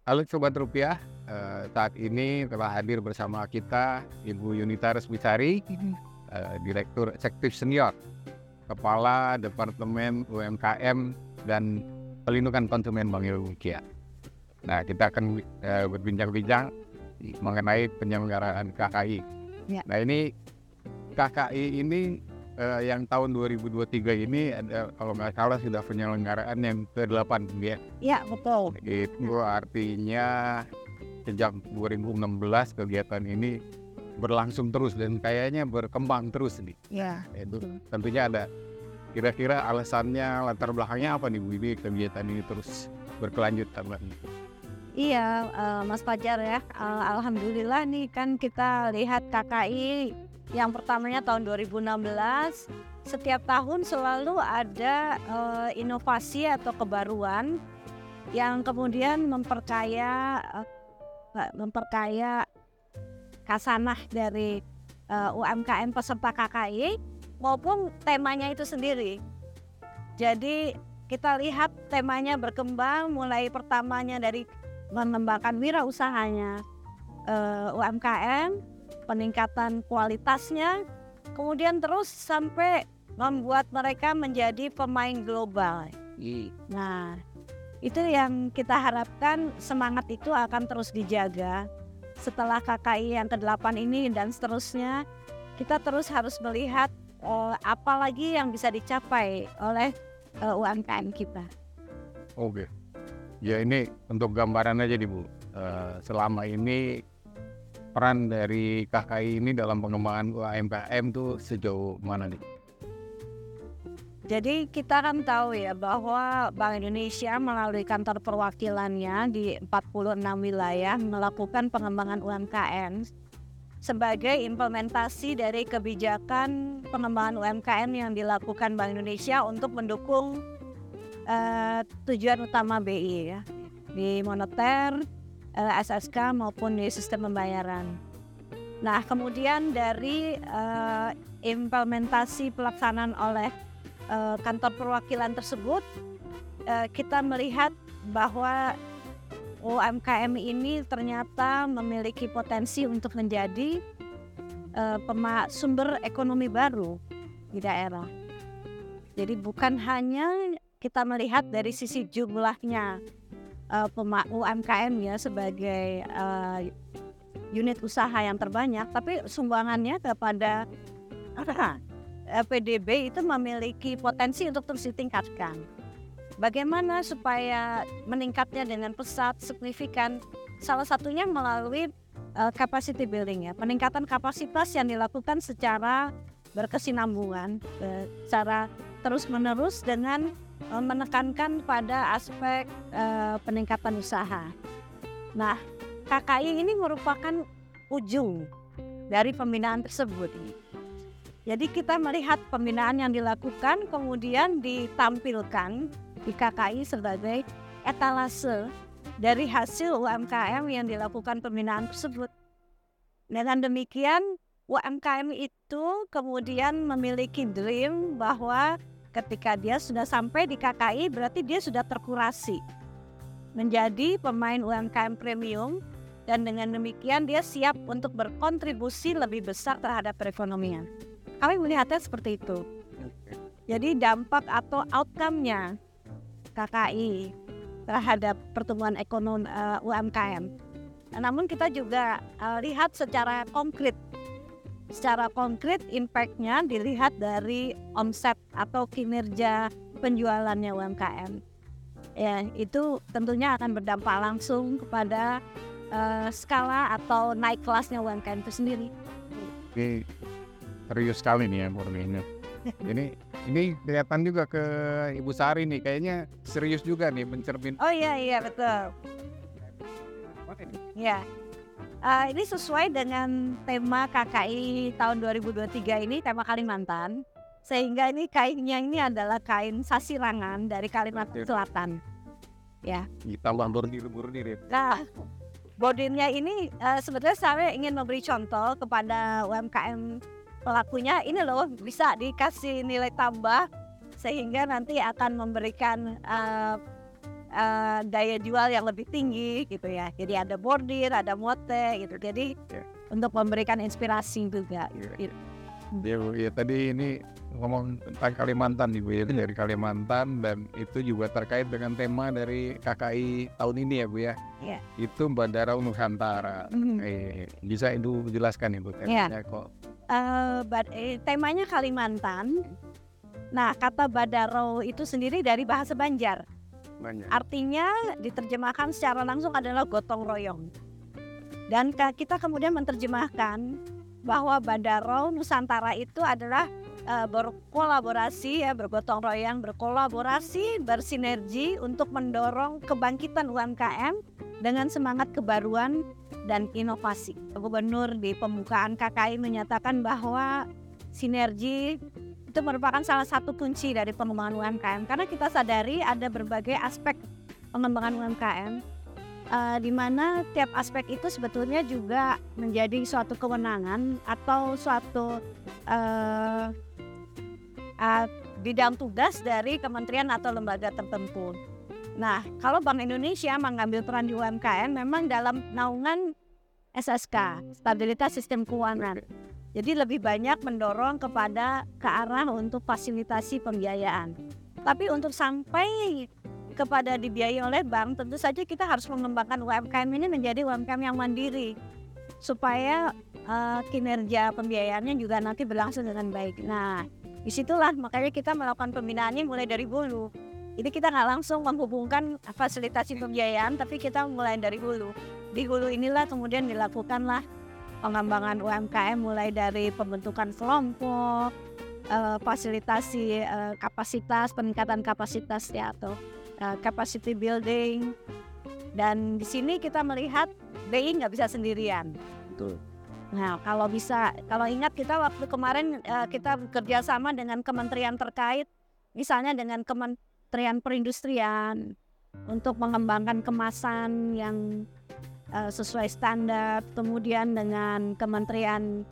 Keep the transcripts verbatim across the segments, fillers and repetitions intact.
Halo Sobat Rupiah, eh, saat ini telah hadir bersama kita Ibu Yunita Resmisari, eh, Direktur Eksekutif Senior, Kepala Departemen U M K M dan Pelindungan Konsumen Bank Indonesia. Nah, kita akan eh, berbincang-bincang mengenai penyelenggaraan K K I. Ya. Nah, ini K K I ini eh, yang tahun dua ribu dua puluh tiga ini ada, kalau nggak salah sudah penyelenggaraan yang kedelapan, ya. Ya, betul. Itu artinya sejak dua ribu enam belas kegiatan ini berlangsung terus dan kayaknya berkembang terus nih. Ya. Itu tentunya ada kira-kira alasannya, latar belakangnya apa nih Bu, ini kegiatan ini terus berkelanjutan? Iya, uh, Mas Fajar ya. Uh, Alhamdulillah nih kan kita lihat K K I yang pertamanya tahun dua ribu enam belas. Setiap tahun selalu ada uh, inovasi atau kebaruan yang kemudian memperkaya uh, memperkaya khasanah dari uh, U M K M peserta K K I maupun temanya itu sendiri. Jadi kita lihat temanya berkembang, mulai pertamanya dari mengembangkan wirausahanya uh, U M K M, peningkatan kualitasnya, kemudian terus sampai membuat mereka menjadi pemain global. Nah, itu yang kita harapkan, semangat itu akan terus dijaga setelah K K I yang kedelapan ini dan seterusnya. Kita terus harus melihat uh, apa lagi yang bisa dicapai oleh uh, U M K M kita. Oke. Ya, ini untuk gambaran aja nih Bu, uh, selama ini peran dari K K I ini dalam pengembangan U M K M tuh sejauh mana nih? Jadi kita kan tahu ya bahwa Bank Indonesia melalui kantor perwakilannya di empat puluh enam wilayah melakukan pengembangan U M K M sebagai implementasi dari kebijakan pengembangan U M K M yang dilakukan Bank Indonesia untuk mendukung Uh, tujuan utama B I ya, di moneter, uh, S S K maupun di sistem pembayaran. Nah, kemudian dari uh, implementasi pelaksanaan oleh uh, kantor perwakilan tersebut, uh, kita melihat bahwa U M K M ini ternyata memiliki potensi untuk menjadi uh, pema- sumber ekonomi baru di daerah. Jadi bukan hanya kita melihat dari sisi jumlahnya uh, U M K M ya sebagai uh, unit usaha yang terbanyak, tapi sumbangannya kepada uh, P D B itu memiliki potensi untuk terus ditingkatkan. Bagaimana supaya meningkatnya dengan pesat, signifikan? Salah satunya melalui uh, capacity building ya, peningkatan kapasitas yang dilakukan secara berkesinambungan, uh, secara terus-menerus dengan menekankan pada aspek uh, peningkatan usaha. Nah, K K I ini merupakan ujung dari pembinaan tersebut. Jadi kita melihat pembinaan yang dilakukan kemudian ditampilkan di K K I sebagai etalase dari hasil U M K M yang dilakukan pembinaan tersebut. Dengan demikian, U M K M itu kemudian memiliki dream bahwa ketika dia sudah sampai di K K I, berarti dia sudah terkurasi menjadi pemain U M K M premium, dan dengan demikian dia siap untuk berkontribusi lebih besar terhadap perekonomian. Kami melihatnya seperti itu. Jadi dampak atau outcome-nya K K I terhadap pertumbuhan ekonomi uh, U M K M. Namun kita juga uh, lihat secara konkret. Secara konkret impact-nya dilihat dari omset atau kinerja penjualannya U M K M. Ya, itu tentunya akan berdampak langsung kepada uh, skala atau naik kelasnya U M K M itu sendiri. Ini serius sekali nih ya Murni ini. Ini ini kelihatan juga ke Ibu Sari nih, kayaknya serius juga nih mencermin. Oh iya iya betul. Ya. Uh, ini sesuai dengan tema K K I tahun dua ribu dua puluh tiga ini, tema Kalimantan. Sehingga ini kainnya ini adalah kain sasirangan dari Kalimantan Selatan. Ya. Ditambah bordir-bordir ya. Nah, bordirnya ini uh, sebetulnya saya ingin memberi contoh kepada U M K M pelakunya. Ini loh bisa dikasih nilai tambah sehingga nanti akan memberikan uh, uh, daya jual yang lebih tinggi gitu ya. Jadi ada bordir, ada mote gitu. Jadi yeah. untuk memberikan inspirasi juga. Yeah. Ya, Bu, ya tadi ini ngomong tentang Kalimantan Ibu ya, dari Kalimantan, dan itu juga terkait dengan tema dari K K I tahun ini ya Bu ya. Yeah. Itu Bandara Nusantara. Mm-hmm. Eh, bisa Ibu jelaskan Ibu temanya yeah. kok? Uh, bad- eh, temanya Kalimantan. Nah, kata Badaro itu sendiri dari bahasa Banjar. Banyak. Artinya diterjemahkan secara langsung adalah gotong royong. Dan kita kemudian menerjemahkan bahwa Bandara Nusantara itu adalah uh, berkolaborasi ya, bergotong royong, berkolaborasi, bersinergi untuk mendorong kebangkitan U M K M dengan semangat kebaruan dan inovasi. Gubernur di pembukaan K K I menyatakan bahwa sinergi itu merupakan salah satu kunci dari pengembangan U M K M, karena kita sadari ada berbagai aspek pengembangan U M K M. Uh, di mana tiap aspek itu sebetulnya juga menjadi suatu kewenangan atau suatu uh, uh, bidang tugas dari kementerian atau lembaga tertentu. Nah, kalau Bank Indonesia mengambil peran di U M K M memang dalam naungan S S K, Stabilitas Sistem Keuangan. Jadi lebih banyak mendorong kepada ke arah untuk fasilitasi pembiayaan. Tapi untuk sampai kepada dibiayai oleh bank, tentu saja kita harus mengembangkan U M K M ini menjadi U M K M yang mandiri supaya uh, kinerja pembiayaannya juga nanti berlangsung dengan baik. Nah, disitulah makanya kita melakukan pembinaannya mulai dari hulu. Jadi kita nggak langsung menghubungkan fasilitasi pembiayaan, tapi kita mulai dari hulu. Di hulu inilah kemudian dilakukanlah pengembangan U M K M mulai dari pembentukan kelompok, uh, fasilitasi uh, kapasitas, peningkatan kapasitas ya atau Uh, capacity building, dan di sini kita melihat B I nggak bisa sendirian. Betul. Nah, kalau bisa, kalau ingat kita waktu kemarin uh, kita bekerja sama dengan kementerian terkait, misalnya dengan Kementerian Perindustrian untuk mengembangkan kemasan yang uh, sesuai standar, kemudian dengan Kementerian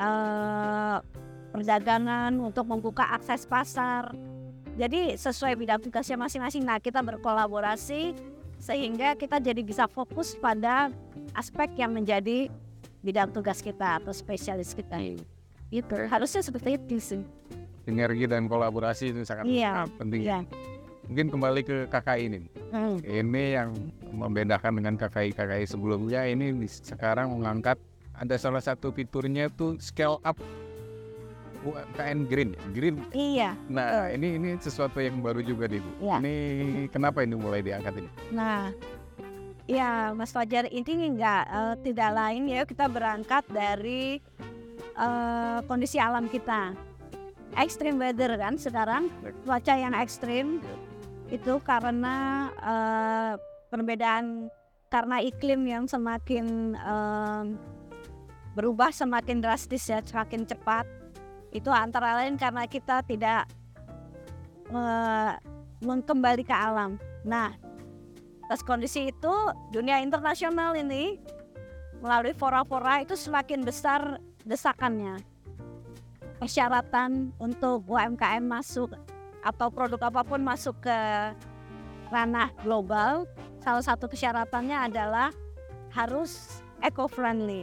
uh, Perdagangan untuk membuka akses pasar. Jadi sesuai bidang tugasnya masing-masing. Nah, kita berkolaborasi sehingga kita jadi bisa fokus pada aspek yang menjadi bidang tugas kita atau spesialis kita. Itu harusnya seperti itu sih. Sinergi dan kolaborasi itu sangat iya, penting. Iya. Mungkin kembali ke K K I ini. Hmm. Ini yang membedakan dengan K K I K K I sebelumnya. Ini sekarang mengangkat ada salah satu fiturnya tuh scale up U M K M Green, Green. Iya. Nah, ini ini sesuatu yang baru juga nih, Bu. Iya. Ini kenapa ini mulai diangkat ini? Nah, ya Mas Fajar, ini enggak uh, tidak lain ya, kita berangkat dari uh, kondisi alam kita. Extreme weather kan sekarang, cuaca yang ekstrim itu karena uh, perbedaan karena iklim yang semakin uh, berubah semakin drastis ya, semakin cepat. Itu antara lain karena kita tidak uh, kembali ke alam. Nah, atas kondisi itu dunia internasional ini melalui fora-fora itu semakin besar desakannya. Persyaratan untuk U M K M masuk atau produk apapun masuk ke ranah global, salah satu persyaratannya adalah harus eco-friendly.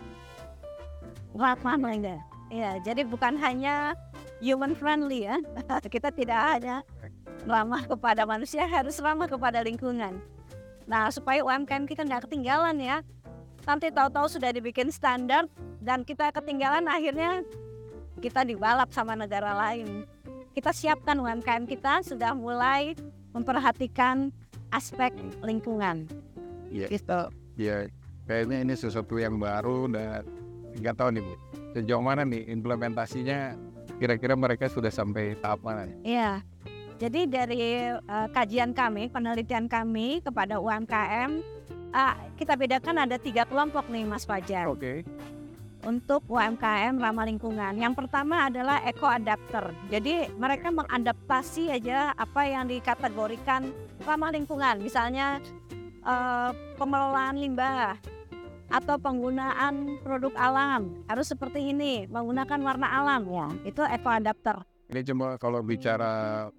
Ramah lingkungan. Ya, jadi bukan hanya human friendly ya. Kita tidak hanya ramah kepada manusia, harus ramah kepada lingkungan. Nah, supaya U M K M kita nggak ketinggalan ya. Nanti tahu-tahu sudah dibikin standar dan kita ketinggalan, akhirnya kita dibalap sama negara lain. Kita siapkan U M K M kita sudah mulai memperhatikan aspek lingkungan. Iya. Gitu. Iya. Kayaknya ini sesuatu yang baru dan nggak tahu nih Bu, sejauh mana nih implementasinya, kira-kira mereka sudah sampai tahap mana? Iya, jadi dari uh, kajian kami, penelitian kami kepada U M K M, uh, kita bedakan ada tiga kelompok nih Mas Fajar. Oke. Okay. Untuk U M K M ramah lingkungan, yang pertama adalah eco-adapter. Jadi mereka mengadaptasi aja apa yang dikategorikan ramah lingkungan, misalnya uh, pengelolaan limbah atau penggunaan produk alam harus seperti ini, menggunakan warna alam ya, itu eco-adapter. Ini cuma kalau bicara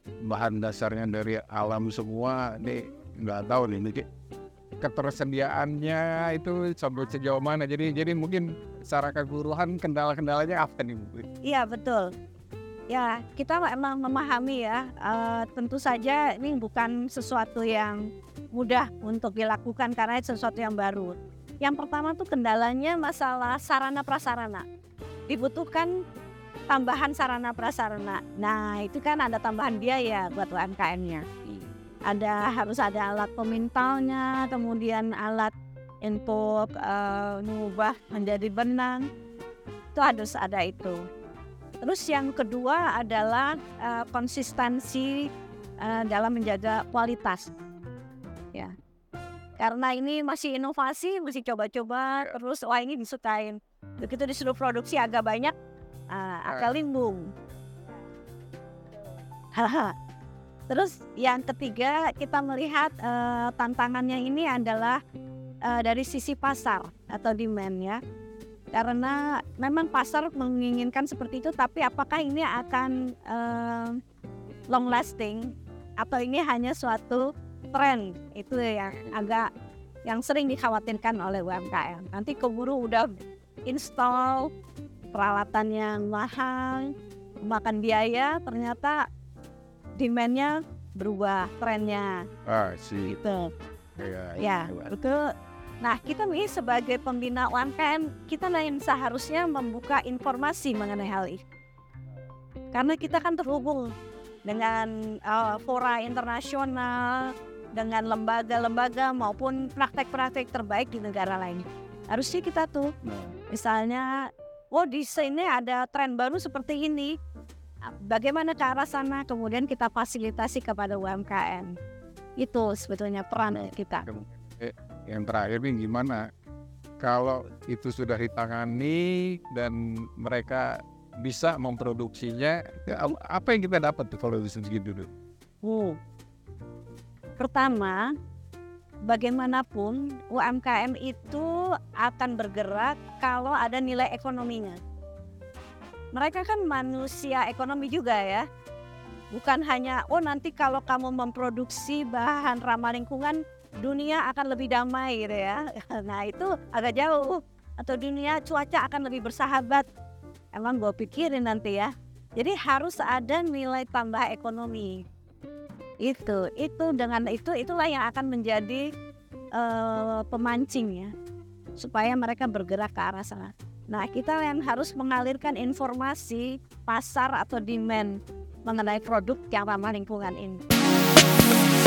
bahan dasarnya dari alam semua. Nih nggak tahu nih, ini ketersediaannya itu sampai sejauh mana. Jadi jadi mungkin secara keseluruhan kendala-kendalanya apa nih Bu? Iya betul. Ya kita emang memahami ya, uh, tentu saja ini bukan sesuatu yang mudah untuk dilakukan karena itu sesuatu yang baru. Yang pertama tuh kendalanya masalah sarana prasarana. Dibutuhkan tambahan sarana prasarana. Nah itu kan ada tambahan biaya buat U M K M-nya. Ada harus ada alat pemintalnya, kemudian alat untuk uh, mengubah menjadi benang. Itu harus ada itu. Terus yang kedua adalah uh, konsistensi uh, dalam menjaga kualitas. Ya. Karena ini masih inovasi, masih coba-coba, terus wah ini disukain. Begitu disuruh produksi agak banyak, uh, agak limbung. Terus yang ketiga kita melihat uh, tantangannya ini adalah uh, dari sisi pasar atau demand ya. Karena memang pasar menginginkan seperti itu, tapi apakah ini akan uh, long lasting atau ini hanya suatu tren? Itu yang agak yang sering dikhawatirkan oleh U M K M. Nanti keburu udah install peralatan yang mahal, makan biaya, ternyata demand-nya berubah, trennya. Ah, sih. Gitu. Ya, ya betul. Nah kita nih sebagai pembina U M K M, kita yang seharusnya membuka informasi mengenai hal ini. Karena kita kan terhubung dengan uh, fora internasional, dengan lembaga-lembaga maupun praktek-praktek terbaik di negara lain. Harusnya kita tuh, misalnya, oh di sini ada tren baru seperti ini. Bagaimana ke arah sana, kemudian kita fasilitasi kepada U M K M. Itu sebetulnya peran kita. Yang terakhir nih gimana kalau itu sudah ditangani dan mereka bisa memproduksinya, apa yang kita dapat tuh kalau itu segitu dulu? Oh. Pertama, bagaimanapun U M K M itu akan bergerak kalau ada nilai ekonominya. Mereka kan manusia ekonomi juga ya. Bukan hanya oh nanti kalau kamu memproduksi bahan ramah lingkungan dunia akan lebih damai gitu ya. Nah itu agak jauh. Atau dunia cuaca akan lebih bersahabat. Emang gue pikirin nanti ya. Jadi harus ada nilai tambah ekonomi. Itu, itu dengan itu itulah yang akan menjadi uh, pemancing ya. Supaya mereka bergerak ke arah sana. Nah kita yang harus mengalirkan informasi pasar atau demand mengenai produk yang ramah lingkungan ini.